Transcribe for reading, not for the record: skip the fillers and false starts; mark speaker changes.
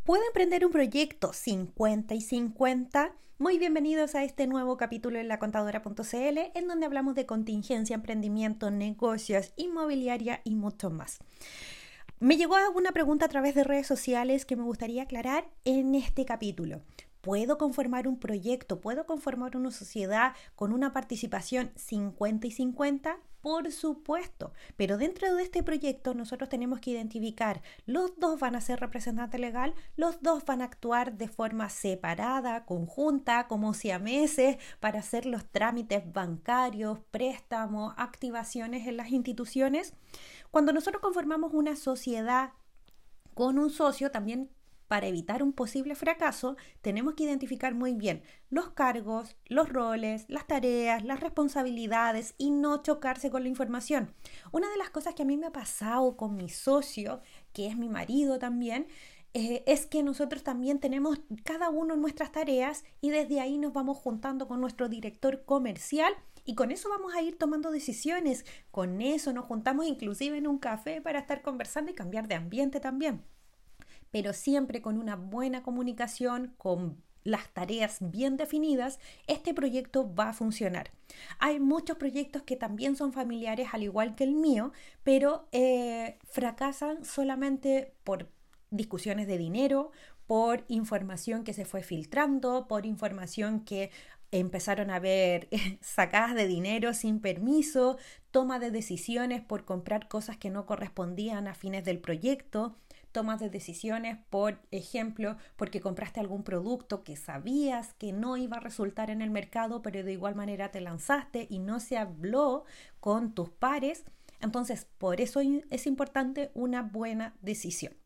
Speaker 1: ¿Puedo emprender un proyecto 50 y 50? Muy bienvenidos a este nuevo capítulo en lacontadora.cl, en donde hablamos de contingencia, emprendimiento, negocios, inmobiliaria y mucho más. Me llegó una pregunta a través de redes sociales que me gustaría aclarar en este capítulo. ¿Puedo conformar un proyecto? ¿Puedo conformar una sociedad con una participación 50 y 50? Por supuesto, pero dentro de este proyecto nosotros tenemos que identificar, los dos van a ser representante legal, los dos van a actuar de forma separada, conjunta, como siameses, para hacer los trámites bancarios, préstamos, activaciones en las instituciones. Cuando nosotros conformamos una sociedad con un socio, también para evitar un posible fracaso, tenemos que identificar muy bien los cargos, los roles, las tareas, las responsabilidades y no chocarse con la información. Una de las cosas que a mí me ha pasado con mi socio, que es mi marido también, es que nosotros también tenemos cada uno nuestras tareas y desde ahí nos vamos juntando con nuestro director comercial y con eso vamos a ir tomando decisiones. Con eso nos juntamos inclusive en un café para estar conversando y cambiar de ambiente también, pero siempre con una buena comunicación, con las tareas bien definidas, este proyecto va a funcionar. Hay muchos proyectos que también son familiares, al igual que el mío, pero fracasan solamente por discusiones de dinero, por información que se fue filtrando, por información que empezaron a ver sacadas de dinero sin permiso, toma de decisiones por comprar cosas que no correspondían a fines del proyecto, tomas de decisiones, por ejemplo, porque compraste algún producto que sabías que no iba a resultar en el mercado, pero de igual manera te lanzaste y no se habló con tus pares. Entonces, por eso es importante una buena decisión.